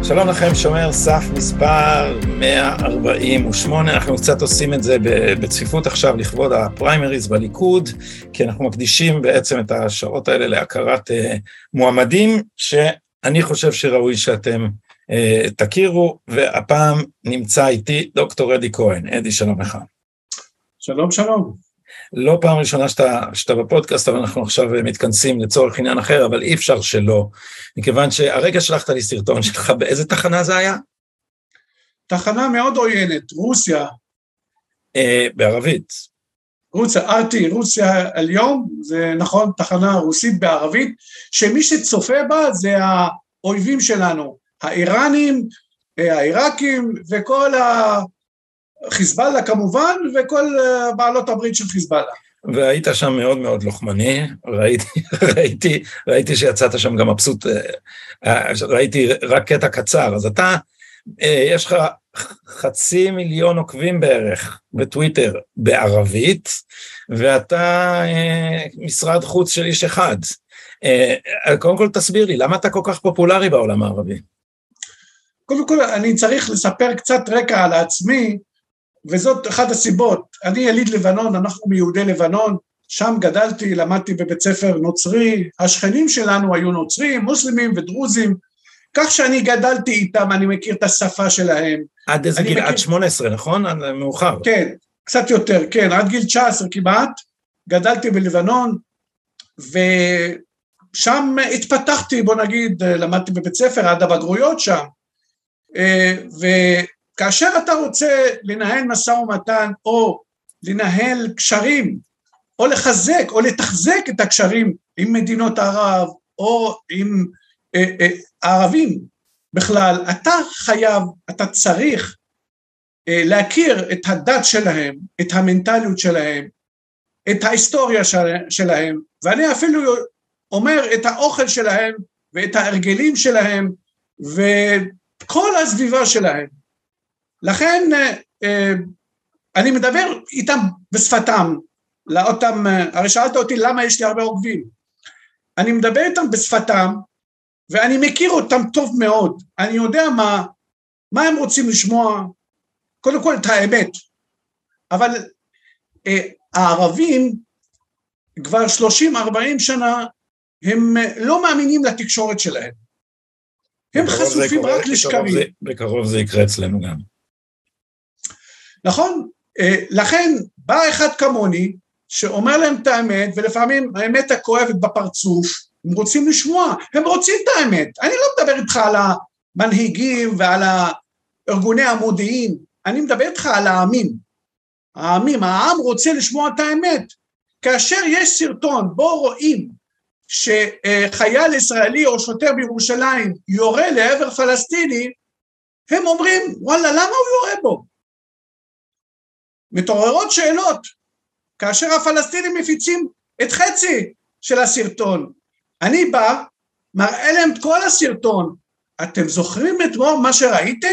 שלום לכם, שומר סף מספר 148, אנחנו קצת עושים את זה בצפיפות עכשיו לכבוד הפריימריז בליכוד, כי אנחנו מקדישים בעצם את השעות האלה להכרת מועמדים, שאני חושב שראוי שאתם תכירו, והפעם נמצא איתי דוקטור אדי כהן. אדי, שלום לך. שלום, שלום. לא פעם ראשונה שאתה בפודקאסט, אבל אנחנו עכשיו מתכנסים לצורך עניין אחר, אבל אי אפשר שלא, מכיוון שהרגע שלחת לי סרטון שלך, באיזה תחנה זה היה? תחנה מאוד עוינת, רוסיה. בערבית. רוסיה היום, זה נכון, תחנה רוסית בערבית, שמי שצופה בה זה האויבים שלנו, האיראנים, העיראקים, וכל חיזבאללה כמובן, וכל בעלות הברית של חיזבאללה. והיית שם מאוד מאוד לוחמני, ראיתי שיצאת שם גם מבסוט, ראיתי רק קטע קצר, אז אתה, יש לך 500,000 עוקבים בערך בטוויטר בערבית, ואתה משרד חוץ של איש אחד. קודם כל תסביר לי, למה אתה כל כך פופולרי בעולם הערבי? קודם כל אני צריך לספר קצת רקע על עצמי, וזאת אחת הסיבות. אני יליד לבנון, אנחנו מיהודי לבנון, שם גדלתי, למדתי בבית ספר נוצרי, השכנים שלנו היו נוצרים, מוסלמים ודרוזים, כך שאני גדלתי איתם, אני מכיר את השפה שלהם. עד איזה גיל? עד 18, נכון? עד מאוחר. כן, קצת יותר, כן, עד גיל 19 כמעט, גדלתי בלבנון, ושם התפתחתי, בוא נגיד, למדתי בבית ספר, עד הבגרויות שם, כאשר אתה רוצה לנהל משא ומתן, או לנהל קשרים, או לחזק, או לתחזק את הקשרים עם מדינות ערב, או עם הערבים בכלל, אתה חייב, אתה צריך להכיר את הדת שלהם, את המנטליות שלהם, את ההיסטוריה שלהם, ואני אפילו אומר את האוכל שלהם, ואת ההרגלים שלהם, וכל הסביבה שלהם. לכן אני מדבר איתם בשפתם, לאותם, הרי שאלת אותי למה יש לי הרבה עוקבים, אני מדבר איתם בשפתם, ואני מכיר אותם טוב מאוד, אני יודע מה הם רוצים לשמוע, קודם כל את האמת, אבל הערבים כבר 30-40 שנה, הם לא מאמינים לתקשורת שלהם, הם חשופים רק לשקרים. בקרוב זה יקרה אצלנו גם. נכון? לכן בא אחד כמוני, שאומר להם את האמת, ולפעמים האמת הכואבת בפרצוף, הם רוצים לשמוע, הם רוצים את האמת, אני לא מדבר איתך על המנהיגים, ועל ארגוני המודיעין, אני מדבר איתך על העם רוצה לשמוע את האמת, כאשר יש סרטון, בו רואים, שחייל ישראלי או שוטר בירושלים, יורה לעבר פלסטיני, הם אומרים, וואלה, למה הוא יורה בו? מתעוררות שאלות, כאשר הפלסטינים מפיצים את חצי של הסרטון, אני בא, מראה להם את כל הסרטון, אתם זוכרים את מה שראיתם?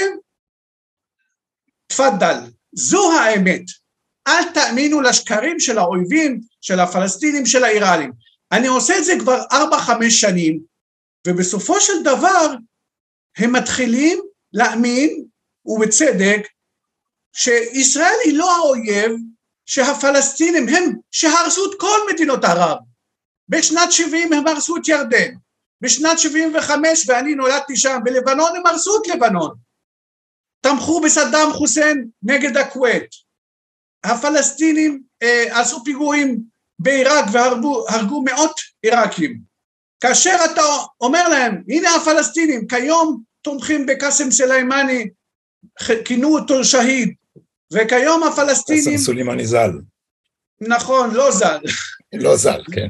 תפדל, זו האמת, אל תאמינו לשקרים של האויבים, של הפלסטינים, של האיראנים, אני עושה את זה כבר 4-5 שנים, ובסופו של דבר, הם מתחילים להאמין, ובצדק, שישראל היא לא האויב, שהפלסטינים הם שהרסו את כל מדינות ערב, בשנת 70 הם הרסו את ירדן, בשנת 75 ואני נולדתי שם בלבנון, הם הרסו את לבנון, תמכו בסדאם חוסיין נגד הכווית, הפלסטינים עשו פיגועים בעיראק והרגו מאות עיראקים, כאשר אתה אומר להם, הנה הפלסטינים, כיום תומכים בקאסם סולימאני, כינו אותו שהיד, וכיום הפלסטינים... קאסם סולימאני ז"ל. נכון, לא ז"ל. לא ז"ל, כן.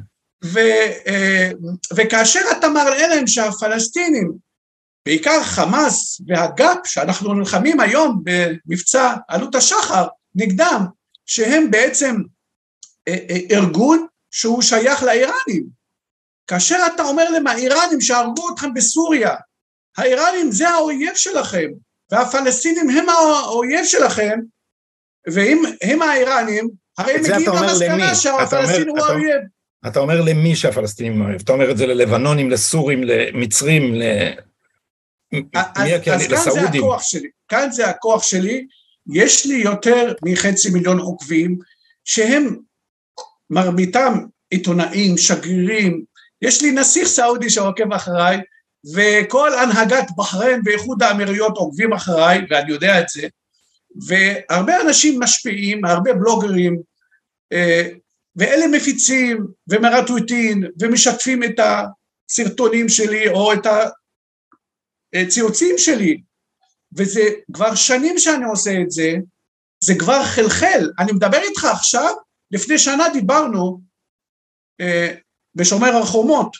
וכאשר אתה מראה להם שהפלסטינים, בעיקר חמאס והגאפ, שאנחנו נלחמים היום במבצע עלות השחר, נגדם, שהם בעצם ארגון שהוא שייך לאיראנים. כאשר אתה אומר להם, האיראנים שהרגו אתכם בסוריה, האיראנים זה האויב שלכם, והפלסטינים הם האויב שלכם, ואם הם האיראנים, הרי הם מגיעים למסקנה שהפלסטינים הוא האויב. אתה אומר למי שהפלסטינים האויב? אתה אומר את זה ללבנונים, לסורים, למצרים, אז כאן זה הכוח שלי, כאן זה הכוח שלי, יש לי יותר מ500,000 עוקבים, שהם מרביתם עיתונאים, שגרירים, יש לי נסיך סעודי שעוקב אחריי, וכל הנהגת בחריין ואיחוד האמירויות עוקבים אחריי, ואני יודע את זה, והרבה אנשים משפיעים, הרבה בלוגרים, ואלה מפיצים ומרטוויטים ומשתפים את הסרטונים שלי או את הציוצים שלי, וזה כבר שנים שאני עושה את זה, זה כבר חלחל. אני מדבר איתך עכשיו, לפני שנה דיברנו בשומר החומות,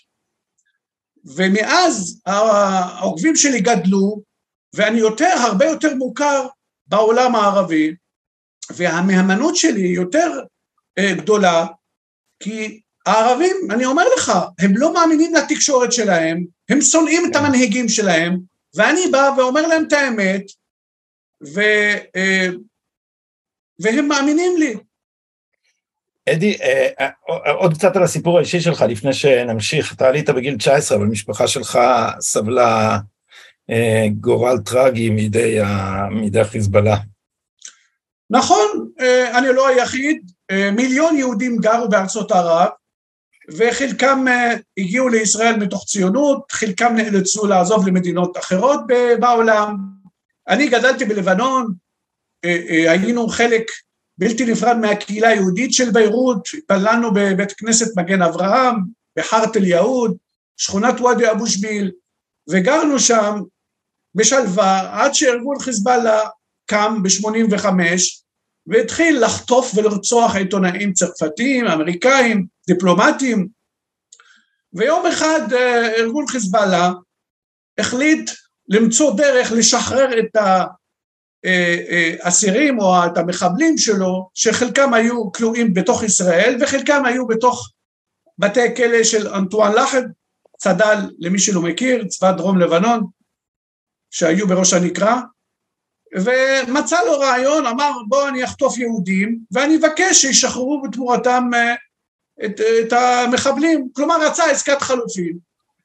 ומאז העוקבים שלי גדלו, ואני הרבה יותר מוכר בעולם הערבי, והמהימנות שלי יותר גדולה, כי הערבים, אני אומר לך, הם לא מאמינים לתקשורת שלהם, הם שונאים את המנהיגים שלהם, ואני בא ואומר להם את האמת, והם מאמינים לי. אדי, עוד קצת על הסיפור האישי שלך, לפני שנמשיך. אתה עלית בגיל 19, אבל משפחה שלך סבלה גורל טרגי מידי חיזבאללה. נכון, אני לא היחיד, 1,000,000 יהודים גרו בארצות ערב, וחלקם הגיעו לישראל מתוך ציונות, חלקם נאלצו לעזוב למדינות אחרות בעולם. אני גדלתי בלבנון, היינו חלק בלתי נפרד מהקהילה היהודית של ביירות, התפללנו בבית כנסת מגן אברהם, בחרת אל יהוד, שכונת ואדי אבו שביל, וגרנו שם בשלווה, עד שארגון חיזבאללה קם ב-85, והתחיל לחטוף ולרצוח עיתונאים צרפתיים, אמריקאים, דיפלומטים, ויום אחד ארגון חיזבאללה החליט למצוא דרך לשחרר את האסירים או את המחבלים שלו, שחלקם היו כלואים בתוך ישראל, וחלקם היו בתוך בתי הכלא של אנטואן לחד, צד"ל, למי שלא מכיר, צבא דרום לבנון, שהיו בראש הנקרה, ומצא לו רעיון, אמר בוא אני אחטוף יהודים, ואני אבקש שישחררו בתמורתם את המחבלים, כלומר רצה עסקת חלופין,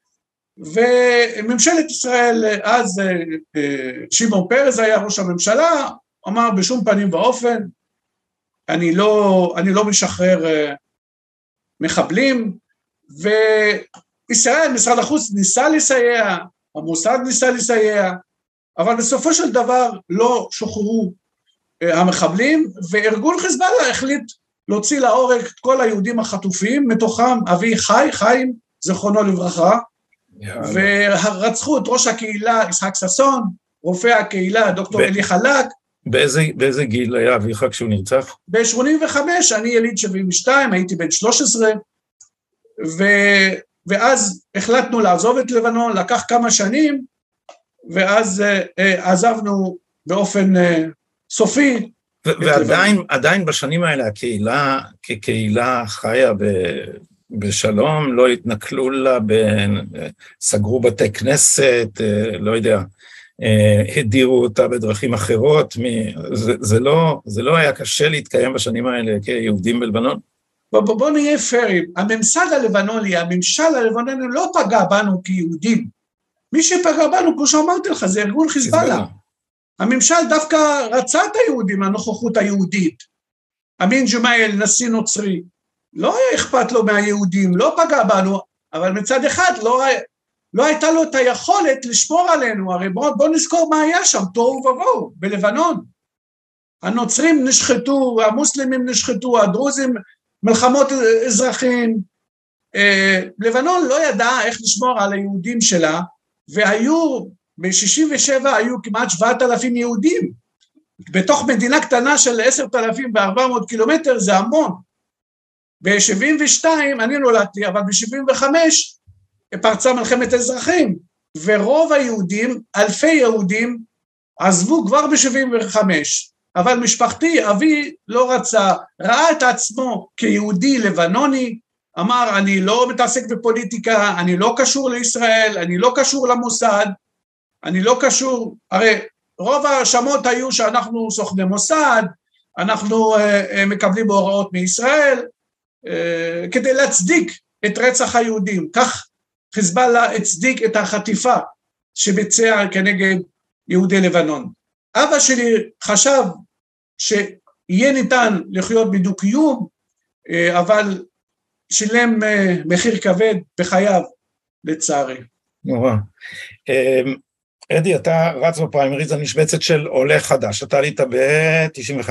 וממשלת ישראל, אז שמעון פרס היה ראש הממשלה, אמר בשום פנים ואופן, אני לא משחרר מחבלים, וישראל, משרד החוץ ניסה לסייע, המוסד ניסה לסייע, אבל בסופו של דבר לא שוחררו המחבלים, וארגון חיזבאללה החליט להוציא להורג את כל היהודים החטופים, מתוכם אבי חיים, זכרונו לברכה, ורצחו את ראש הקהילה יצחק ששון, רופא הקהילה דוקטור אלי חלק. באיזה גיל היה אביך כשהוא נרצח? ב-85, אני יליד 72, הייתי בן 13, ואז החלטנו לעזוב את לבנון, לקח כמה שנים, ואז עזבנו באופן סופי. ועדיין בשנים האלה הקהילה כקהילה חיה בשלום, לא התנכלו לה, סגרו בתי כנסת, לא יודע, הדירו אותה בדרכים אחרות, זה לא היה קשה להתקיים בשנים האלה כיהודים בלבנון? בוא נהיה פיירים, הממסד הלבנוני, הממשל הלבנוני לא פגע בנו כיהודים, מי שפגע בנו, כמו שאמרתי לך, זה ארגון חיזבאללה. הממשל דווקא רצה את היהודים, הנוכחות היהודית. אמין ג'ומאייל, נשיא נוצרי, לא היה אכפת לו מהיהודים, לא פגע בנו, אבל מצד אחד לא הייתה לו את היכולת לשמור עלינו, הרי בוא נזכור מה היה שם, תוהו ובוהו, בלבנון. הנוצרים נשחטו, המוסלמים נשחטו, הדרוזים, מלחמות אזרחים, לבנון לא ידעה איך לשמור על היהודים שלה, והיו, ב-67 היו כמעט 7,000 יהודים, בתוך מדינה קטנה של 10,400 קילומטר, זה המון. ב-72 אני נולדתי, אבל ב-75 פרצה מלחמת אזרחים, ורוב היהודים, אלפי יהודים, עזבו כבר ב-75, אבל משפחתי, אבי לא רצה, ראה את עצמו כיהודי לבנוני, אמר אני לא מתעסק בפוליטיקה, אני לא קשור לישראל, אני לא קשור למוסד, אני לא קשור, הרי רוב השמות היו שאנחנו סוכני מוסד, אנחנו מקבלים הוראות מישראל, כדי להצדיק את רצח היהודים, כך חיזבאללה הצדיק את החטיפה שביצע כנגד יהודי לבנון. אבא שלי חשב שיהיה ניתן לחיות בדו-קיום, אבל שילם מחיר כבד בחייו, לצערי. נורא. אדי, אתה רץ בפריימריז המשבצת של עולה חדש, אתה עלית ב-95.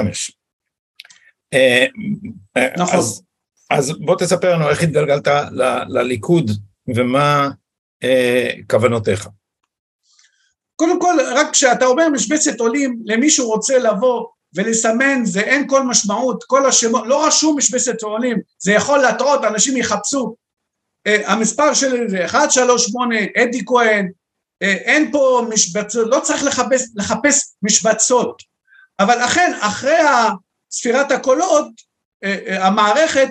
נכון. אז בוא תספר לנו איך התגלגלת לליכוד, ומה כוונותיך. קודם כל, רק כשאתה אומר משבצת עולים, למישהו רוצה לבוא ולסמן, זה אין כל משמעות, כל השמות, לא רשום משבצת עולים, זה יכול להטעות, אנשים יחפשו, המספר שלי זה 138, אדי כהן, אין פה משבצות, לא צריך לחפש משבצות, אבל אכן, אחרי ספירת הקולות, המערכת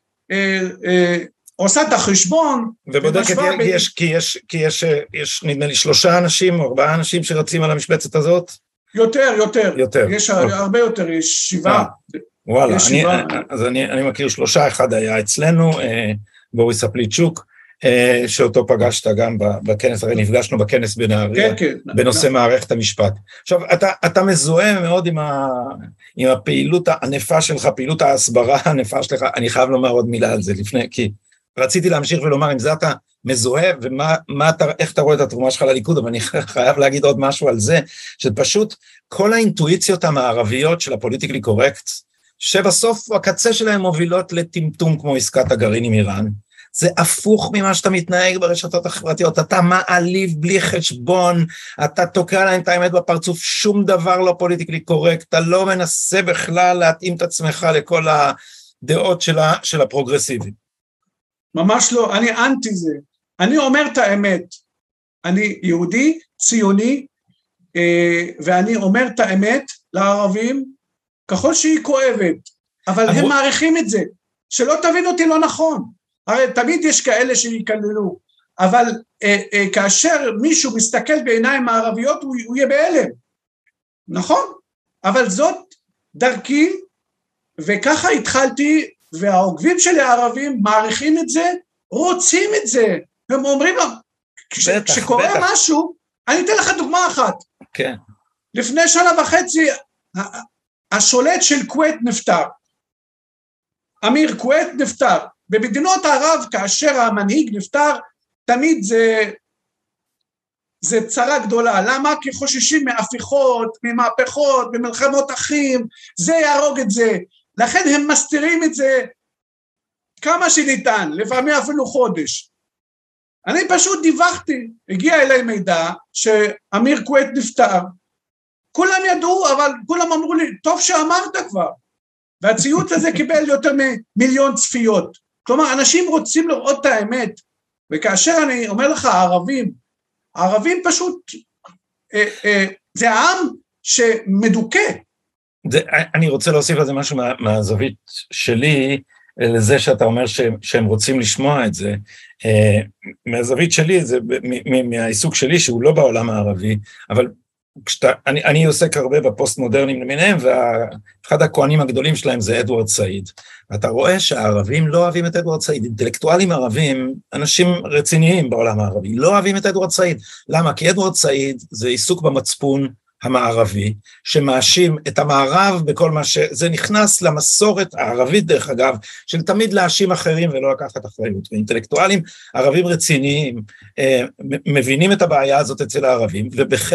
עושה את החשבון, ובודקת, כי יש נדמה לי 3 אנשים או 4 אנשים שרצים על המשבצת הזאת? יותר. יש הרבה יותר, יש 7. וואלה, אז אני מכיר 3, אחד היה אצלנו, בוריס אפליצ'וק, שאותו פגשת גם בכנס, הרי נפגשנו בכנס בנהריה, בנושא מערכת המשפט. עכשיו, אתה מזוהה מאוד עם הפעילות הענפה שלך, פעילות ההסברה הענפה שלך, אני חייב לומר עוד מילה על זה לפני, כי רציתי להמשיך ולומר, אם זה אתה מזוהה, ואיך אתה רואה את התרומה שלך לליכוד, אבל אני חייב להגיד עוד משהו על זה, שפשוט כל האינטואיציות המערביות של הפוליטיקלי קורקט, שבסוף הקצה שלהם מובילות לטמטום כמו עסקת הגרעין עם איראן, זה הפוך ממה שאתה מתנהג ברשתות החברתיות, אתה מעליב בלי חשבון, אתה תוקע להם את האמת בפרצוף, שום דבר לא פוליטיקלי קורקט, אתה לא מנסה בכלל להתאים את עצמך לכל הדעות של הפרוגרסיבים. ממש לא, אני אנטי זה, אני אומר את האמת, אני יהודי, ציוני, ואני אומר את האמת לערבים, ככל שהיא כואבת, אבל הם מעריכים את זה, שלא תבין אותי לא נכון, הרי תמיד יש כאלה שיקללו, אבל כאשר מישהו מסתכל בעיניים הערביות, הוא יהיה בהלם, נכון? אבל זאת דרכי, וככה התחלתי, והעוקבים שלי הערבים מעריכים את זה, רוצים את זה, הם אומרים לו, כשקורה משהו, אני אתן לך דוגמה אחת, כן. לפני 1.5 שנה, השולט של כווית נפטר, אמיר כווית נפטר, במדינות ערב כאשר המנהיג נפטר, תמיד זה צרה גדולה, למה? כי חוששים מהפיכות, ממהפכות, ממלחמות אחים, זה יהרוג את זה, לכן הם מסתירים את זה כמה שניתן, לפעמים אפילו חודש. אני פשוט דיווחתי, הגיע אליי מידע שאמיר כווית נפטר, כולם ידעו, אבל כולם אמרו לי, טוב שאמרת כבר, והציוץ הזה קיבל יותר מ1,000,000 צפיות, כלומר אנשים רוצים לראות את האמת, וכאשר אני אומר לך הערבים פשוט, זה העם שמדוכא. אני רוצה להוסיף על זה משהו מהזווית שלי, לזה שאתה אומר שהם רוצים לשמוע את זה, מהזווית שלי, זה מהעיסוק שלי שהוא לא בעולם הערבי, אבל אני עוסק הרבה בפוסט מודרנים למיניהם, ואחד הכהנים הגדולים שלהם זה אדוארד סעיד, ואתה רואה שהערבים לא אוהבים את אדוארד סעיד, אינטלקטואלים ערבים, אנשים רציניים בעולם הערבי, לא אוהבים את אדוארד סעיד, למה? כי אדוארד סעיד זה עיסוק במצפון המערבי, שמאשים את המערב בכל מה זה נכנס למסורת הערבית דרך אגב, של תמיד להאשים אחרים ולא לקחת אחריות, ואינטלקטואלים ערבים רציניים, מבינים את הבעיה הזאת אצל הערבים,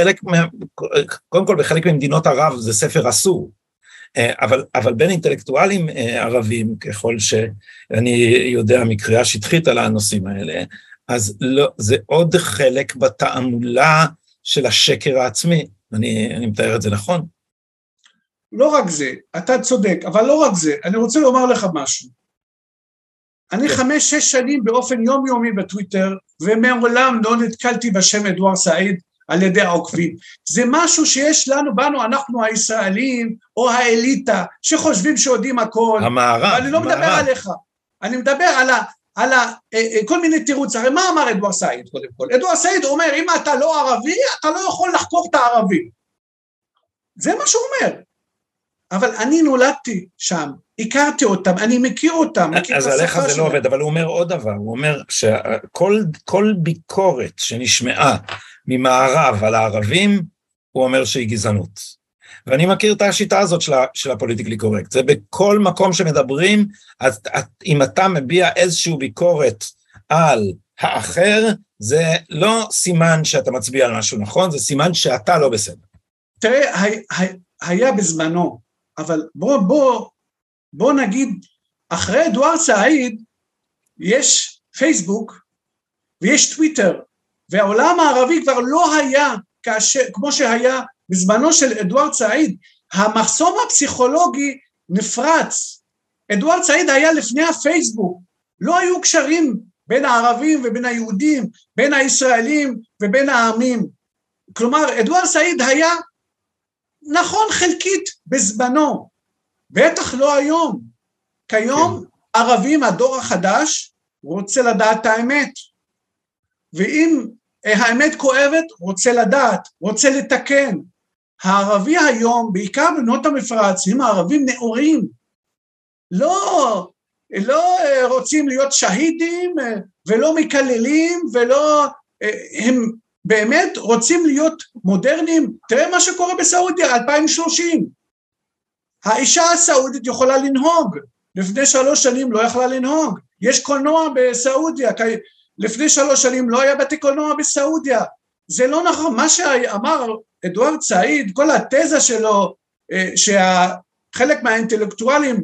קודם כל בחלק ממדינות ערב זה ספר אסור, אבל בין אינטלקטואלים ערבים, ככל שאני יודע מקריאה שטחית על הנושאים האלה, אז לא, זה עוד חלק בתעמולה של השקר העצמי, אני מתאר את זה נכון? לא רק זה, אתה צודק, אבל לא רק זה, אני רוצה לומר לך משהו. אני 5-6 שנים באופן יומיומי בטוויטר, ומעולם לא נתקלתי בשם אדוארד סעיד על ידי העוקבים. זה משהו שיש לנו, בנו, אנחנו הישראלים, או האליטה, שחושבים שיודעים הכל. המערב. אני לא מדבר עליך, אני מדבר על כל מיני תירוץ. הרי מה אמר אדוארד סעיד קודם כל? אדוארד סעיד אומר, אם אתה לא ערבי, אתה לא יכול לחקור את הערבי. זה מה שהוא אומר. אבל אני נולדתי שם, הכרתי אותם, אני מכיר אותם. אז עליך זה לא עובד, אבל הוא אומר עוד דבר, הוא אומר שכל ביקורת שנשמעה ממערב על הערבים, הוא אומר שהיא גזענות. ואני מכיר את השיטה הזאת של הפוליטיקלי קורקט, זה בכל מקום שמדברים, אז אם אתה מביע איזושהי ביקורת על האחר, זה לא סימן שאתה מצביע על משהו נכון, זה סימן שאתה לא בסדר. תראה, היה בזמנו, אבל בוא נגיד, אחרי אדוארד סעיד, יש פייסבוק, ויש טוויטר, והעולם הערבי כבר לא היה, כמו שהיה בזמנו של אדוארד סעיד, המחסום הפסיכולוגי נפרץ, אדוארד סעיד היה לפני הפייסבוק, לא היו קשרים בין הערבים ובין היהודים, בין הישראלים ובין העמים, כלומר אדוארד סעיד היה נכון חלקית בזמנו, בטח לא היום, כיום ערבים, הדור החדש, רוצה לדעת את האמת, ואם האמת כואבת, רוצה לדעת, רוצה לתקן, הערבי היום, בעיקר בנות המפרץ, הם הערבים נאורים, לא רוצים להיות שהידים, ולא מקללים, הם באמת רוצים להיות מודרניים, תראה מה שקורה בסעודיה, 2030, האישה הסעודית יכולה לנהוג, לפני 3 שנים לא יכלה לנהוג, יש קולנוע בסעודיה, לפני 3 שנים לא היה בתי קולנוע בסעודיה, זה לא נכון, מה שאמר אדוארד סעיד, כל התזה שלו, שחלק מהאינטלקטואלים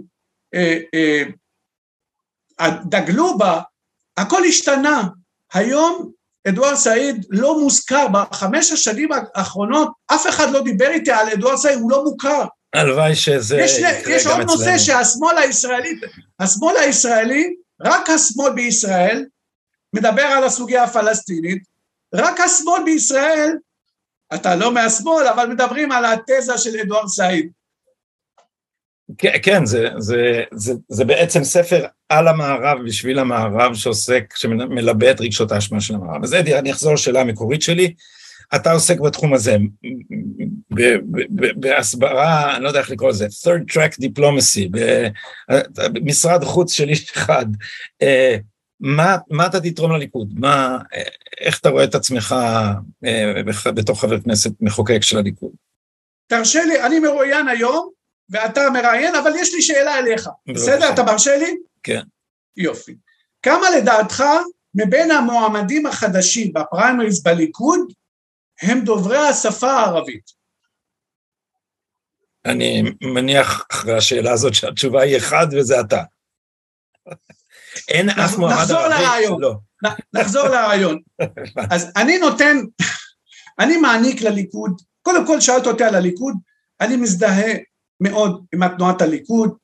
דגלו בה, הכל השתנה, היום אדוארד סעיד לא מוזכר, ב5 השנים האחרונות, אף אחד לא דיבר איתי על אדוארד סעיד, הוא לא מוכר. הלוואי שזה יש עוד נושא שהשמאל הישראלי, רק השמאל בישראל, מדבר על הסוגיה הפלסטינית, רק השמאל בישראל, אתה לא מהשמאל, אבל מדברים על התזה של אדוארד סעיד. כן, זה בעצם ספר על המערב, בשביל המערב שעוסק, שמלבה את רגשות האשמה של המערב. אז אדי, אני אחזור לשאלה המקורית שלי, אתה עוסק בתחום הזה, בהסברה, אני לא יודע איך לקרוא לזה, third track diplomacy, במשרד חוץ של איש אחד, מה אתה תתרום לליכוד? איך אתה רואה את עצמך בתוך חבר כנסת מחוקק של הליכוד? תרשה לי, אני מרואיין היום, ואתה מראיין, אבל יש לי שאלה אליך. בסדר, אתה מרשה לי? כן. יופי. כמה לדעתך, מבין המועמדים החדשים בפריימריז בליכוד, הם דוברי השפה הערבית? אני מניח אחרי השאלה הזאת שהתשובה היא אחד וזה אתה. אין אף מועמד ערבי. נחזור לרעיון. אז אני מעניק לליכוד, קודם כל שאלת אותי על הליכוד, אני מזדהה מאוד עם התנועת הליכוד,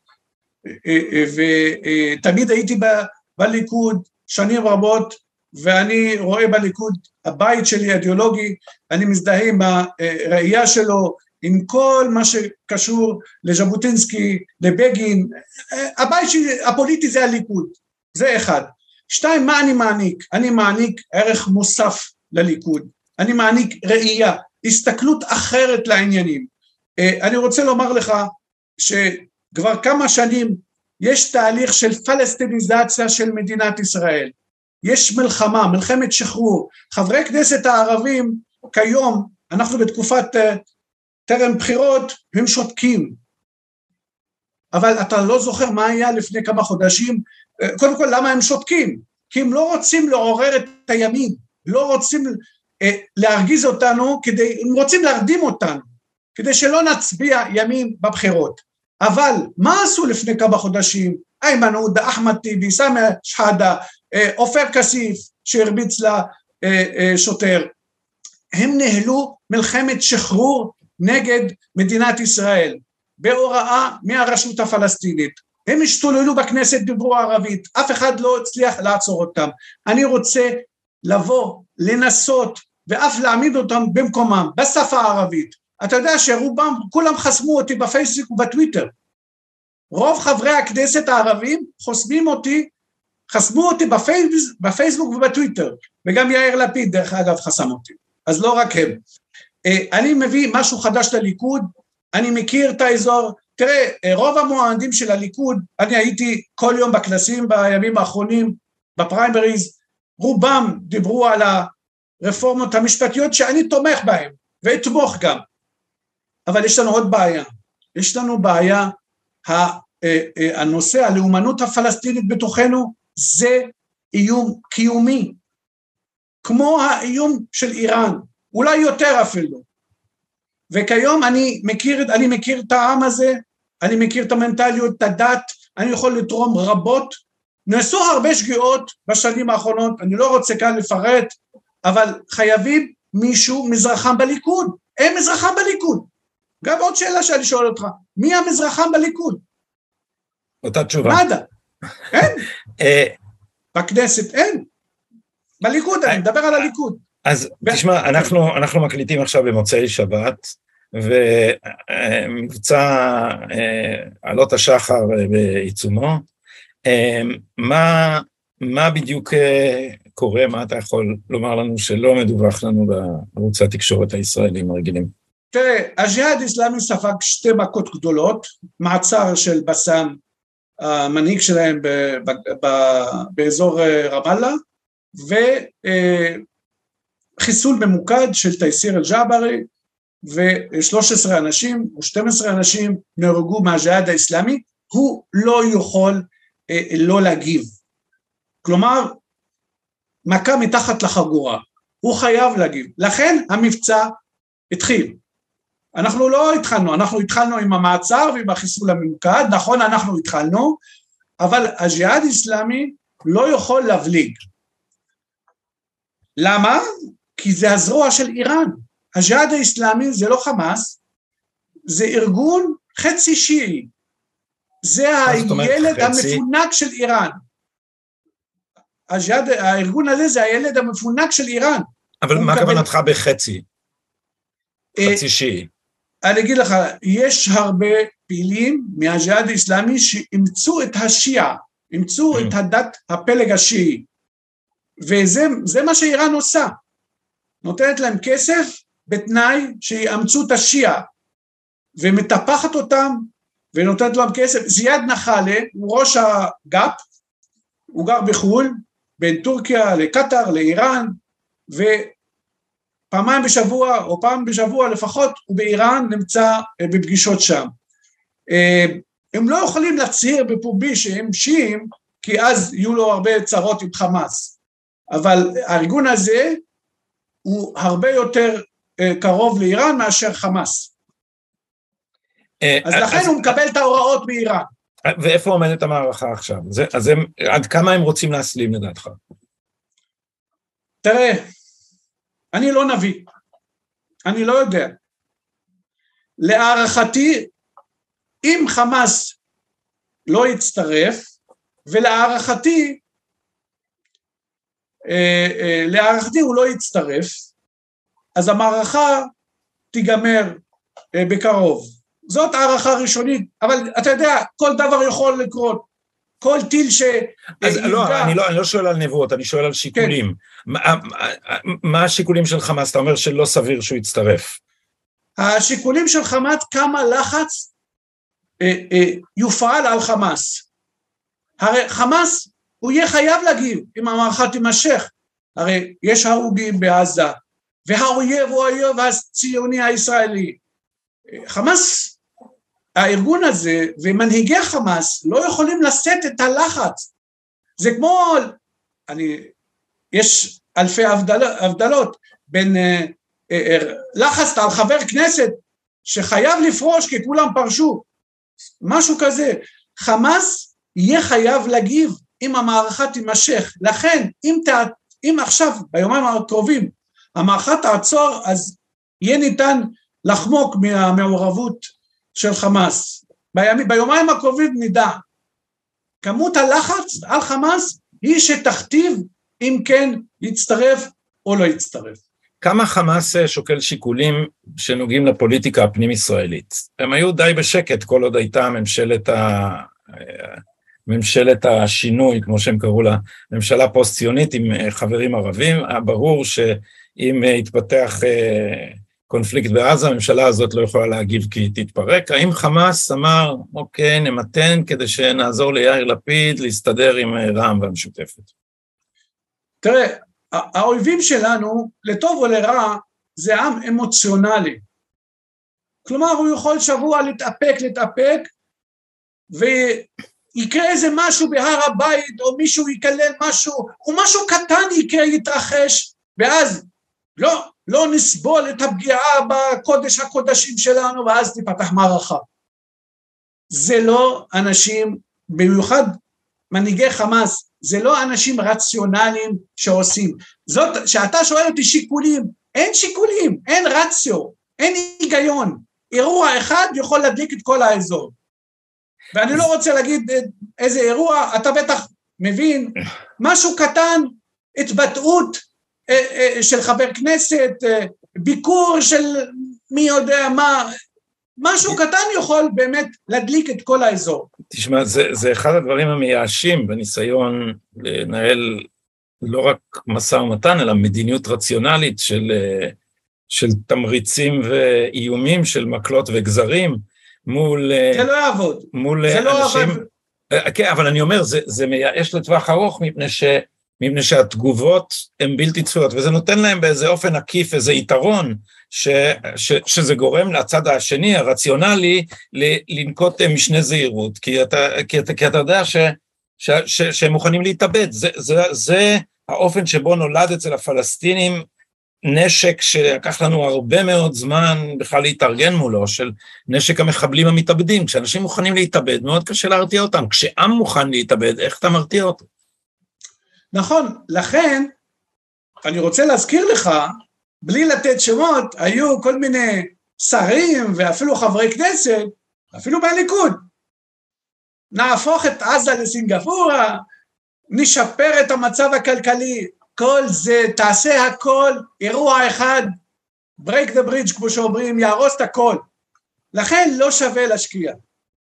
ותמיד הייתי בליכוד שנים רבות, ואני רואה בליכוד הבית שלי אידיאולוגי, אני מזדהה עם הראייה שלו, עם כל מה שקשור לז'בוטינסקי, לבגין, הבית שלי הפוליטי זה הליכוד, זה אחד. 2, מה אני מעניק? אני מעניק ערך מוסף לליכוד, אני מעניק ראייה, הסתכלות אחרת לעניינים. אני רוצה לומר לך שכבר כמה שנים יש תהליך של פלסטיניזציה של מדינת ישראל, יש מלחמה, מלחמת שחרור, חברי כנסת הערבים כיום, אנחנו בתקופת טרם בחירות, הם שותקים, אבל אתה לא זוכר מה היה לפני כמה חודשים, קודם כל למה הם שותקים? כי הם לא רוצים לעורר את הימין, לא רוצים להרגיז אותנו, הם רוצים להרדים אותנו, כדי שלא נצביע ימין בבחירות, אבל מה עשו לפני כמה חודשים? איימן עודה, אחמד טיבי, סמי שחאדה, עופר כסיף שהרביץ לשוטר, הם נהלו מלחמת שחרור נגד מדינת ישראל, בהוראה מהרשות הפלסטינית, הם השתוללו בכנסת, דיברו ערבית, אף אחד לא הצליח לעצור אותם, אני רוצה לבוא, לנסות, ואף להעמיד אותם במקומם, בשפה הערבית, אתה יודע שרובם, כולם חסמו אותי בפייסבוק ובטוויטר, רוב חברי הכנסת הערבים חסמו אותי בפייסבוק ובטוויטר, וגם יאיר לפיד דרך אגב חסם אותי, אז לא רק הם. אני מביא משהו חדש לליכוד, אני מכיר את האזור, תראה, רוב המועמדים של הליכוד, אני הייתי כל יום בכנסים בימים האחרונים, בפריימריז, רובם דיברו על הרפורמות המשפטיות שאני תומך בהן, ואתמוך גם. אבל יש לנו עוד בעיה. יש לנו בעיה, הנושא, הלאומנות הפלסטינית בתוכנו, זה איום קיומי, כמו האיום של איראן, אולי יותר אפילו. וכיום אני מכיר את העם הזה, אני מכיר את המנטליות, את הדת, אני יכול לתרום רבות, נעשו הרבה שגיאות בשנים האחרונות, אני לא רוצה כאן לפרט, אבל חייבים מישהו מזרחם בליכוד, אין מזרחם בליכוד. גם עוד שאלה שאני שואל אותך, מי המזרחם בליכוד? אותה תשובה. נדא, אין. בכנסת אין. בליכוד, אני מדבר על הליכוד. אז תשמע, אנחנו מקליטים עכשיו במוצאי שבת, ומבצע עלות השחר בעיצומו. מה בדיוק קורה, מה אתה יכול לומר לנו שלא מדווח לנו בערוצי התקשורת הישראלים הרגילים? תראה, הג'יהאד האסלאמי ספג 2 מכות גדולות, מעצר של בסאם, המנהיג שלהם באזור רמאללה, וחיסול ממוקד של תייסיר אל-ג'עברי, ו13 אנשים או 12 אנשים נהרגו מהג'יהאד האסלאמי, הוא לא יכול לא להגיב. כלומר, מכה מתחת לחגורה, הוא חייב להגיב. לכן המבצע התחיל. אנחנו לא התחלנו, אנחנו התחלנו עם המעצר ועם החיסול הממוקד, נכון אנחנו התחלנו, אבל הג'יהאד האסלאמי לא יכול להבליג. למה? כי זה הזרוע של איראן. הג'יהאד האסלאמי זה לא חמאס, זה ארגון חצי שיעי. זה הילד המפונק של איראן. הארגון הזה זה הילד המפונק של איראן. אבל מה כוונתך בחצי? חצי שיעי. אני אגיד לך, יש הרבה פעילים מהג'יהאד האסלאמי שאימצו את השיעה, אימצו את הדת הפלג השיעי, וזה מה שאיראן עושה, נותנת להם כסף בתנאי שיאמצו את השיעה, ומטפחת אותם, ונותנת להם כסף. זיאד נחלה, הוא ראש הגאפ, הוא גר בחול, בין טורקיה לקטר, לאיראן, פעמיים בשבוע, או פעם בשבוע לפחות, הוא באיראן נמצא בפגישות שם. הם לא יכולים להצהיר בפומבי שהם שיעים, כי אז יהיו לו הרבה צרות עם חמאס. אבל הארגון הזה, הוא הרבה יותר קרוב לאיראן מאשר חמאס. אז לכן הוא מקבל את ההוראות מאיראן. ואיפה עומדת המערכה עכשיו? אז עד כמה הם רוצים להסלים לדעתך? תראה, אני לא נביא, אני לא יודע. להערכתי, אם חמאס לא יצטרף, ולהערכתי הוא לא יצטרף, אז המערכה תיגמר בקרוב. זאת הערכה ראשונית, אבל אתה יודע, כל דבר יכול לקרות. כל טיל אז לא, אני לא שואל על נבואות, אני שואל על שיקולים. מה השיקולים של חמאס? אתה אומר שלא סביר שהוא יצטרף. השיקולים של חמאס, כמה לחץ יופעל על חמאס. הרי חמאס, הוא יהיה חייב להגיב אם המערכה תימשך. הרי יש הרוגים בעזה, והאויב הוא האויב הציוני הישראלי. חמאס, הארגון הזה ומנהיגי חמאס לא יכולים לשאת את הלחץ. זה כמו, יש אלפי הבדלות בין לחץ על חבר כנסת שחייב לפרוש כי כולם פרשו, משהו כזה. חמאס יהיה חייב להגיב אם המערכה תימשך. לכן אם עכשיו ביומיים הקרובים המערכה תעצור, אז יהיה ניתן לחמוק מהמעורבות של חמאס. ביומיים הקרובים נדע. כמות הלחץ על חמאס היא שתכתיב אם כן יצטרף או לא יצטרף. כמה חמאס שוקל שיקולים שנוגעים לפוליטיקה הפנים ישראלית? הם היו די בשקט כל עוד הייתה ממשלת השינוי, כמו שהם קראו לה, ממשלה פוסט-ציונית עם חברים ערבים. ברור שאם יתפתח קונפליקט בעזה, הממשלה הזאת לא יכולה להגיב כי היא תתפרק. האם חמאס אמר, אוקיי, נמתן כדי שנעזור ליאיר לפיד להסתדר עם רע"מ והמשותפת? תראה, האויבים שלנו, לטוב או לרע, זה עם אמוציונלי. כלומר, הוא יכול שבוע להתאפק, ויקרה איזה משהו בהר הבית, או מישהו יקלל משהו, או משהו קטן יקרה, יתרחש, ואז לא נסבול את הפגיעה בקודש הקודשים שלנו, ואז תפתח מערכה. זה לא אנשים, במיוחד מנהיגי חמאס, זה לא אנשים רציונליים שעושים. זאת, שאתה שואל אותי שיקולים, אין שיקולים, אין רציו, אין היגיון. אירוע אחד יכול להדליק את כל האזור. ואני לא רוצה להגיד איזה אירוע, אתה בטח מבין, משהו קטן, התבטאות של חבר כנסת, ביקור של מי יודע מה, משהו קטן יכול באמת להדליק את כל האזור. תשמע, זה אחד הדברים המייאשים בניסיון לנהל לא רק משא ומתן, אלא מדיניות רציונלית של תמריצים ואיומים של מקלות וגזרים, מול... זה לא יעבוד. מול זה לא אנשים... יעבוד. כן, אבל אני אומר, זה מייאש לטווח ארוך, מפני שהתגובות הן בלתי צפויות, וזה נותן להם באיזה אופן עקיף, איזה יתרון, שזה גורם לצד השני, הרציונלי, לנקוט משנה זהירות, כי אתה יודע שהם מוכנים להתאבד, זה האופן שבו נולד אצל הפלסטינים, נשק שלקח לנו הרבה מאוד זמן בכלל להתארגן מולו, של נשק המחבלים המתאבדים, כשאנשים מוכנים להתאבד, מאוד קשה להרתיע אותם, כשעם מוכן להתאבד, איך אתה מרתיע אותו? נכון, לכן, אני רוצה להזכיר לך, בלי לתת שמות, היו כל מיני שרים ואפילו חברי כנסת, אפילו בליכוד, נהפוך את עזה לסינגפורה, נשפר את המצב הכלכלי, כל זה, תעשה הכל, אירוע אחד, break the bridge, כמו שאומרים, יהרוס את הכל. לכן לא שווה להשקיע.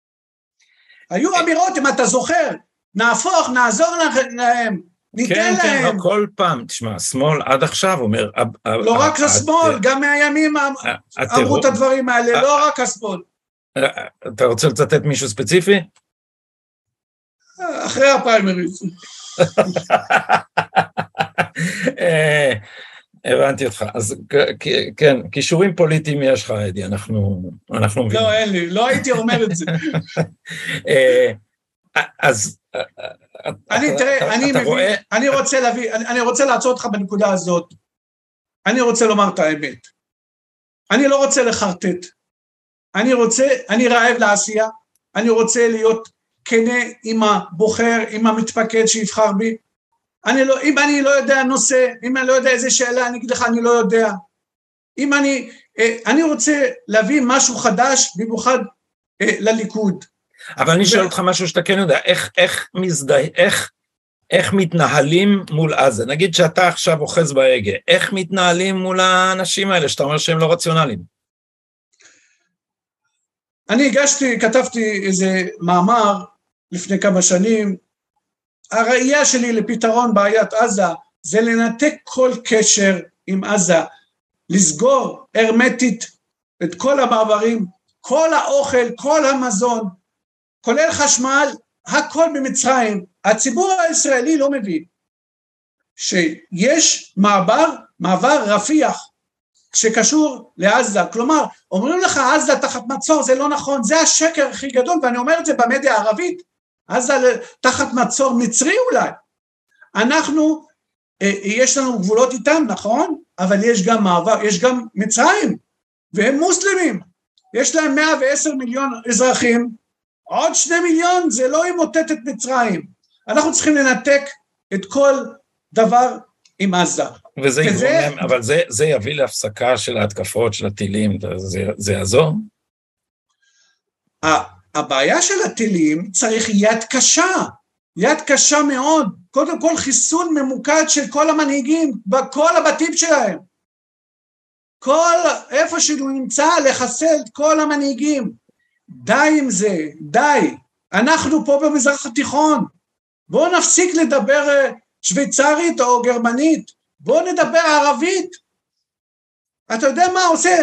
היו אמירות, אם אתה זוכר, נהפוך, נעזור להם, ניתן להם. כן, כל פעם, תשמע, השמאל עד עכשיו אומר... לא רק השמאל, גם מהימים אמרו את הדברים האלה, לא רק השמאל. אתה רוצה לצטט מישהו ספציפי? אחרי הפריימריז. הבנתי אותך, אז כן, קישורים פוליטיים יש לך, אדי, אנחנו מבינים. לא, אין לי, לא הייתי אומר את זה. אז... תראה, אני רוצה לעצור אותך בנקודה הזאת, אני רוצה לומר את האמת, אני לא רוצה לחרטט, אני רעב לעשייה, אני רוצה להיות כנה עם הבוחר, עם המתפקד שיבחר בי, אם אני לא יודע נושא, אם אני לא יודע איזה שאלה, אני אגיד לך, אני לא יודע. אם אני רוצה להביא משהו חדש, במיוחד לליכוד. אבל אני שואל אותך משהו שאתה כן יודע, איך מתנהלים מול עזה? נגיד שאתה עכשיו אוחז בהגה, איך מתנהלים מול האנשים האלה, שאתה אומר שהם לא רציונליים? אני כתבתי איזה מאמר לפני כמה שנים, הראייה שלי לפתרון בעיית עזה, זה לנתק כל קשר עם עזה, לסגור הרמטית את כל המעברים, כל האוכל, כל המזון, כולל חשמל, הכל במצרים. הציבור הישראלי לא מבין, שיש מעבר רפיח, שקשור לעזה, כלומר, אומרים לך עזה תחת מצור, זה לא נכון, זה השקר הכי גדול, ואני אומר את זה במדיה הערבית, עזה תחת מצור מצרי אולי, יש לנו גבולות איתם, נכון? אבל יש גם מעבר, יש גם מצרים, והם מוסלמים, יש להם 110 מיליון אזרחים, עוד 2 מיליון, זה לא ימוטט את מצרים, אנחנו צריכים לנתק את כל דבר עם עזה. וזה יגרום, אבל זה יביא להפסקה של ההתקפות, של הטילים, זה יעזור? הבעיה של הטילים צריך יד קשה מאוד, קודם כל חיסון ממוקד של כל המנהיגים, בכל הבתים שלהם, איפה שהוא נמצא לחסל את כל המנהיגים, די עם זה, די, אנחנו פה במזרח התיכון, בואו נפסיק לדבר שוויצרית או גרמנית, בואו נדבר ערבית. אתה יודע מה עושה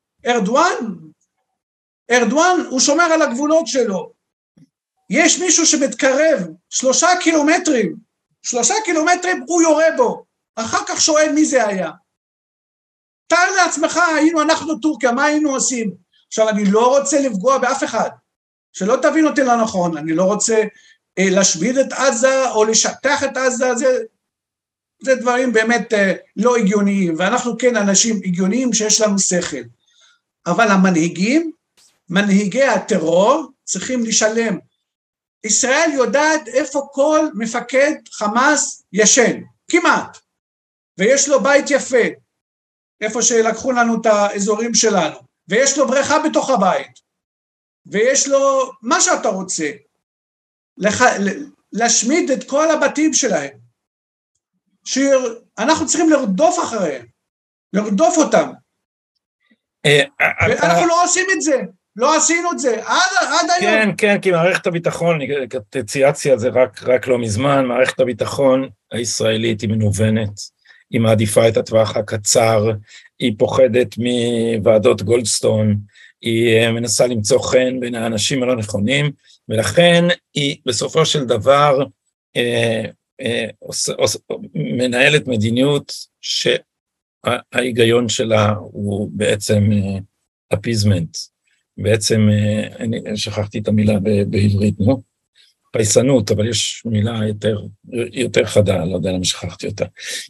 ארדואן הוא שומר על הגבולות שלו, יש מישהו שמתקרב 3 קילומטרים הוא יורה בו, אחר כך שואל מי זה היה. תאר לעצמך, היינו אנחנו טורקיה, מה היינו עושים? עכשיו, אני לא רוצה לפגוע באף אחד, שלא תבין אותי לא נכון, אני לא רוצה להשמיד את עזה, או לשטח את עזה, זה דברים באמת לא הגיוניים, ואנחנו כן אנשים הגיוניים שיש לנו שכל, אבל המנהיגים, מנהיגי הטרור, צריכים לשלם. ישראל יודעת איפה כל מפקד חמאס ישן, כמעט, ויש לו בית יפה, איפה שלקחו לנו את האזורים שלנו, ויש לו בריכה בתוך הבית, ויש לו מה שאתה רוצה, להשמיד את כל הבתים שלהם, שאנחנו צריכים לרדוף אחריהם, לרדוף אותם, ואנחנו לא עושים את זה, לא עשינו את זה, עד היום. כן, כן, כי מערכת הביטחון, צייצתי על זה רק לא מזמן, מערכת הביטחון הישראלית היא מנוונת, היא מעדיפה את הטווח הקצר, היא פוחדת מוועדות גולדסטון, היא מנסה למצוא חן בין האנשים הלא נכונים, ולכן היא בסופו של דבר מנהלת מדיניות שההיגיון שלה הוא בעצם אפיזמנט, בעצם, אני שכחתי את המילה בעברית, פייסנות, אבל יש מילה יותר חדה, לא יודע למה שכחתי אותה.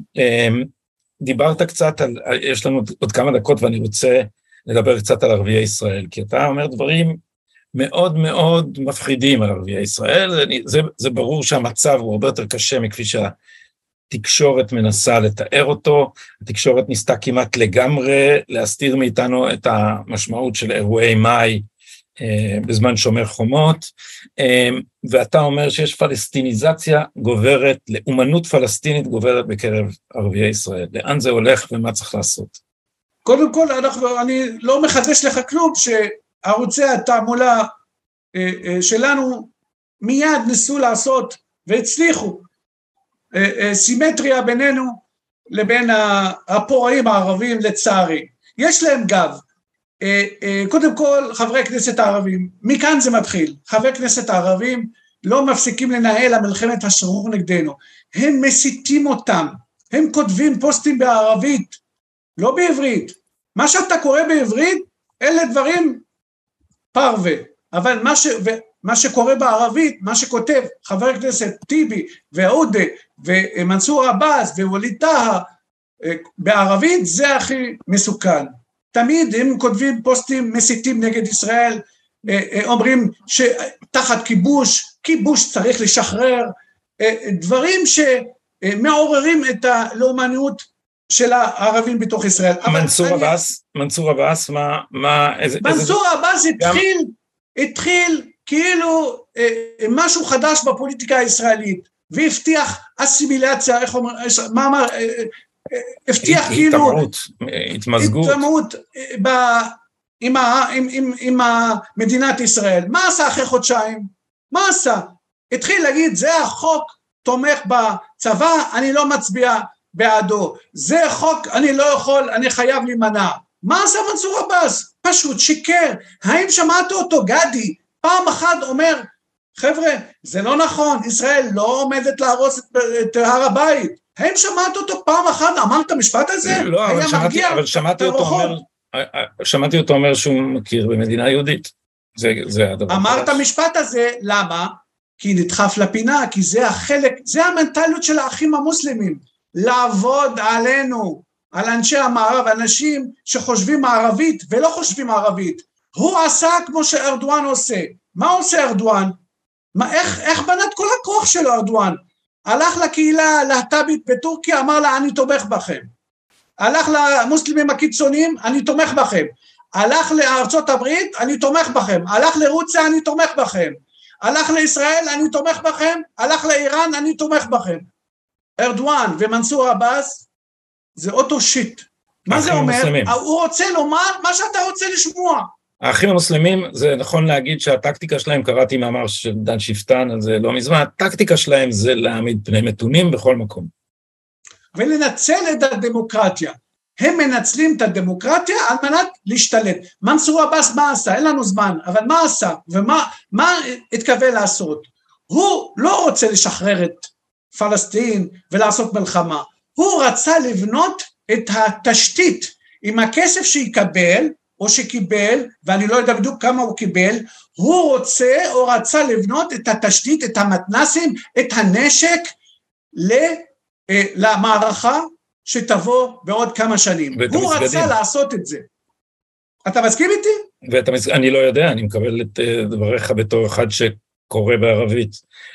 דיברת קצת על, יש לנו עוד כמה דקות ואני רוצה לדבר קצת על ערביי ישראל, כי אתה אומר דברים מאוד מאוד מפחידים על ערביי ישראל, זה ברור שהמצב הוא הרבה יותר קשה מכפי שהתקשורת מנסה לתאר אותו, התקשורת ניסתה כמעט לגמרי להסתיר מאיתנו את המשמעות של אירועי מאי, בזמן שומר חומות, ואתה אומר שיש פלסטיניזציה גוברת, לאומנות פלסטינית גוברת בקרב ערביי ישראל. לאן זה הולך ומה צריך לעשות? קודם כל, אני לא מחדש לך כלום, שערוצי התעמולה שלנו מיד ניסו לעשות והצליחו סימטריה בינינו לבין הפורעים הערבים לצערי. יש להם גב. קודם כל, חברי כנסת הערבים, מכאן זה מתחיל, חברי כנסת הערבים לא מפסיקים לנהל המלחמת השחרור נגדנו, הם מסיתים אותם, הם כותבים פוסטים בערבית, לא בעברית, מה שאתה קורא בעברית, אלה דברים פרווה, אבל מה שקורה בערבית, מה שכותב חבר הכנסת טיבי ועודה ומנסור עבאס וווליד טאהא, בערבית זה הכי מסוכן, תמיד הם כותבים פוסטים מסיתים נגד ישראל, אומרים שתחת כיבוש צריך לשחרר, דברים שמעוררים את הלאומנות של הערבים בתוך ישראל. מנסור עבאס, מנסור עבאס התחיל כאילו משהו חדש בפוליטיקה הישראלית, והבטיח אסימילציה, איך אומר, מה אמר, הבטיח כאילו התמזגות עם מדינת ישראל. מה עשה אחרי חודשיים? מה עשה? התחיל להגיד, זה החוק תומך בצבא, אני לא מצביע בעדו, זה חוק, אני לא יכול, אני חייב להימנע. מה עשה מנסור עבאס? פשוט שיקר. האם שמעת אותו גדי פעם אחת אומר, חבר'ה, זה לא נכון, ישראל לא עומדת להרוס את הר הבית. האם שמעת אותו פעם אחת, אמרת המשפט הזה? לא, אבל שמעתי אותו אומר שהוא מכיר במדינה יהודית. זה הדבר. אמרת המשפט הזה, למה? כי נדחף לפינה, כי זה החלק, זה המנטליות של האחים המוסלמים, לעבוד עלינו, על אנשי המערב, אנשים שחושבים ערבית ולא חושבים ערבית. הוא עשה כמו שארדואן עושה. מה עושה ארדואן? איך בנת כל הכוח שלו ארדואן? הלך לקהילה הלהט"בית בטורקיה, אמר לה, אני תומך בכם. הלך למוסלמים הקיצוניים, אני תומך בכם. הלך לארצות הברית, אני תומך בכם. הלך לרוסיה, אני תומך בכם. הלך לישראל, אני תומך בכם. הלך לאיראן, אני תומך בכם. ארדואן ומנסור עבאס, זה אותו שיט. מה זה אומר? הוא רוצה לומר מה שאתה רוצה לשמוע. האחים המוסלמים, זה נכון להגיד שהטקטיקה שלהם, קראתי מאמר של דן שפטן, אז זה לא מזמן, הטקטיקה שלהם זה להעמיד פני מתונים בכל מקום. ולנצל את הדמוקרטיה. הם מנצלים את הדמוקרטיה על מנת להשתלט. מנסור עבאס מה עשה? אין לנו זמן, אבל מה עשה? ומה התכוון לעשות? הוא לא רוצה לשחרר את פלסטין ולעשות מלחמה. הוא רצה לבנות את התשתית עם הכסף שיקבל, או שקיבל, ואני לא יודע בדיוק כמה הוא קיבל, הוא רוצה או רצה לבנות את התשתית, את המתנסים, את הנשק למערכה שתבוא בעוד כמה שנים. הוא רצה לעשות את זה. אתה מסכים איתי? אני לא יודע, אני מקבל את דבריך בתור אחד שקורא בערבית.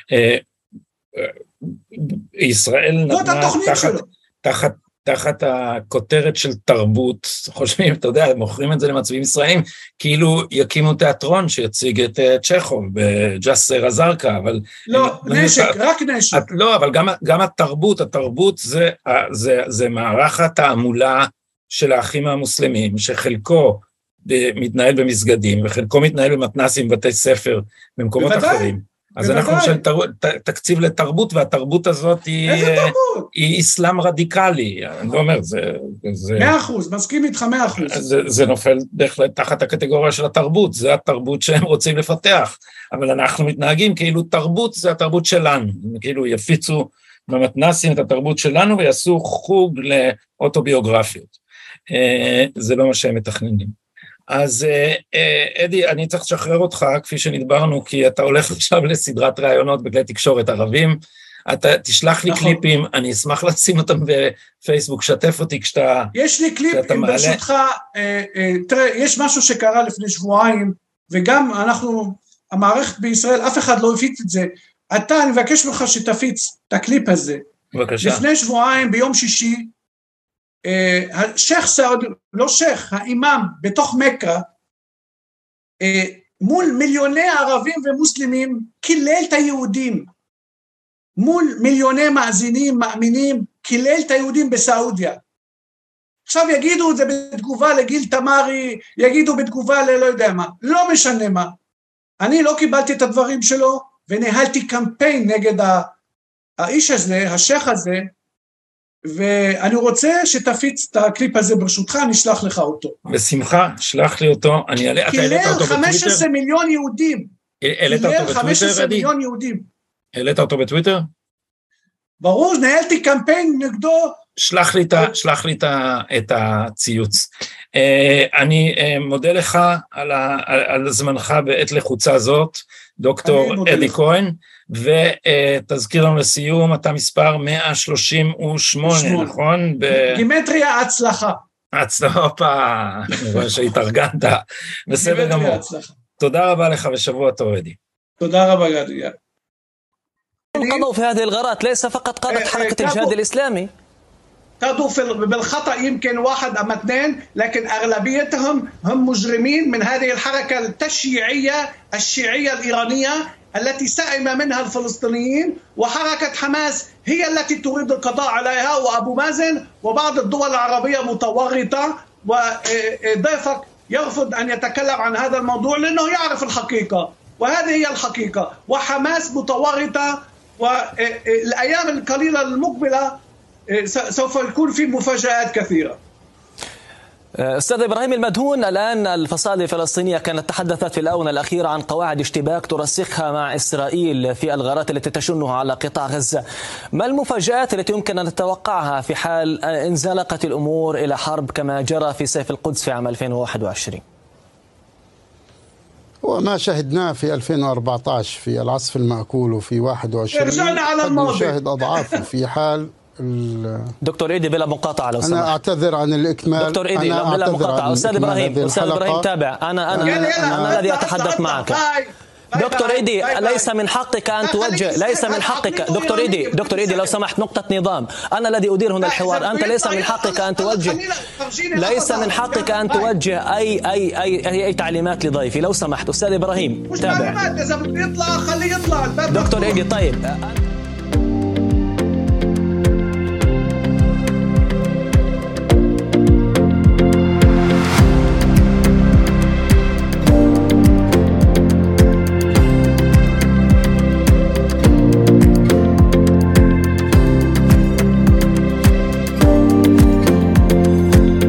ישראל נתנה תחת הכותרת של תרבות, חושבים, אתה יודע, מוכרים את זה למצביעים ישראלים, כאילו יקימו תיאטרון שיציג את צ'כוב בג'סר א-זרקא, אבל... לא, נשק, רק נשק. לא, אבל גם התרבות זה מערך התעמולה של האחים המוסלמים, שחלקו מתנהל במסגדים, וחלקו מתנהל במתנסים, בתי ספר, במקומות אחרים. אז אנחנו של תקציב לתרבות, והתרבות הזאת היא אסלאם רדיקלי, אני לא אומר, זה... 100%, מסכים איתך 100%. זה נופל בהחלט תחת הקטגוריה של התרבות, זה התרבות שהם רוצים לפתח, אבל אנחנו מתנהגים כאילו תרבות זה התרבות שלנו, כאילו יפיצו במתנסים את התרבות שלנו, ויעשו חוג לאוטוביוגרפיות, זה לא מה שהם מתכננים. אז אדי, אני צריך לשחרר אותך, כפי שנדברנו, כי אתה הולך עכשיו לסדרת ראיונות בכלי תקשורת ערבים, אתה תשלח לי קליפים, אני אשמח לשים אותם בפייסבוק, שתף אותי כשאתה... יש לי קליפים, ברשותך, תראה, יש משהו שקרה לפני שבועיים, וגם אנחנו, המערכת בישראל, אף אחד לא הפיץ את זה, אני מבקש ממך שתפיץ את הקליפ הזה. בבקשה. לפני שבועיים, ביום שישי, השייך סעוד, לא שייך, האימאם בתוך מקה, מול מיליוני ערבים ומוסלמים, קילל את היהודים, מול מיליוני מאזינים, מאמינים, קילל את היהודים בסעודיה. עכשיו יגידו את זה בתגובה לגיל תמרי, יגידו בתגובה ללא יודע מה, לא משנה מה. אני לא קיבלתי את הדברים שלו, וניהלתי קמפיין נגד האיש הזה, השייך הזה, ואני רוצה שתפיץ את הקליפ הזה ברשותך, אני אשלח לך אותו. בשמחה, שלח לי אותו, אני אעלה, אתה העלית אותו בטוויטר? 15 מיליון יהודים. העלית אותו בטוויטר, 15 מיליון יהודים. העלית אותו בטוויטר? ברור, נהלתי קמפיין נגדו. שלח לי את הציוץ. אני מודה לך על זמנך בעת לחוצה זאת, דוקטור אדי כהן, ותזכיר לנו לסיום, אתה מספר 138, נכון? גימטריה הצלחה. הופה, אני רואה שהתארגנת, בסדר גמור. תודה רבה לך ושבוע טוב אדי. תודה רבה גדי. قضوا في هذه الغارات ليس فقط قادة حركة الجهاد الإسلامي قضوا بالخطأ يمكن واحد أم اثنين لكن أغلبيتهم هم مجرمين من هذه الحركة التشييعية الشيعية الإيرانية التي سئم منها الفلسطينيين وحركة حماس هي التي تريد القضاء عليها وأبو مازن وبعض الدول العربية متورطة وضيفك يرفض أن يتكلم عن هذا الموضوع لأنه يعرف الحقيقة وهذه هي الحقيقة وحماس متورطة والأيام القليلة المقبلة سوف يكون في مفاجآت كثيرة. أستاذ إبراهيم المدهون، الآن الفصائل الفلسطينية كانت تحدثت في الآونة الأخيرة عن قواعد اشتباك ترسخها مع إسرائيل في الغارات التي تشنها على قطاع غزة. ما المفاجآت التي يمكن أن نتوقعها في حال انزلقت الأمور إلى حرب كما جرى في سيف القدس في عام 2021؟ وما شاهدناه في 2014 في العصف المأكول وفي 21 قد نشاهد أضعافه في حال دكتور إيدي بلا مقاطعة لو سمحت. أنا أعتذر عن الإكمال. دكتور إيدي بلا مقاطعة. أستاذ إبراهيم تابع. أنا الذي أتحدث معك. دكتور إيدي ليس من حقك أن توجه، ليس من حقك دكتور إيدي لو سمحت، نقطة نظام، أنا الذي أدير هنا الحوار، أنت ليس من حقك أن توجه، ليس من حقك أن توجه أي تعليمات لضيفي لو سمحت. أستاذ إبراهيم تابع. إذا بده يطلع خليه يطلع. دكتور إيدي طيب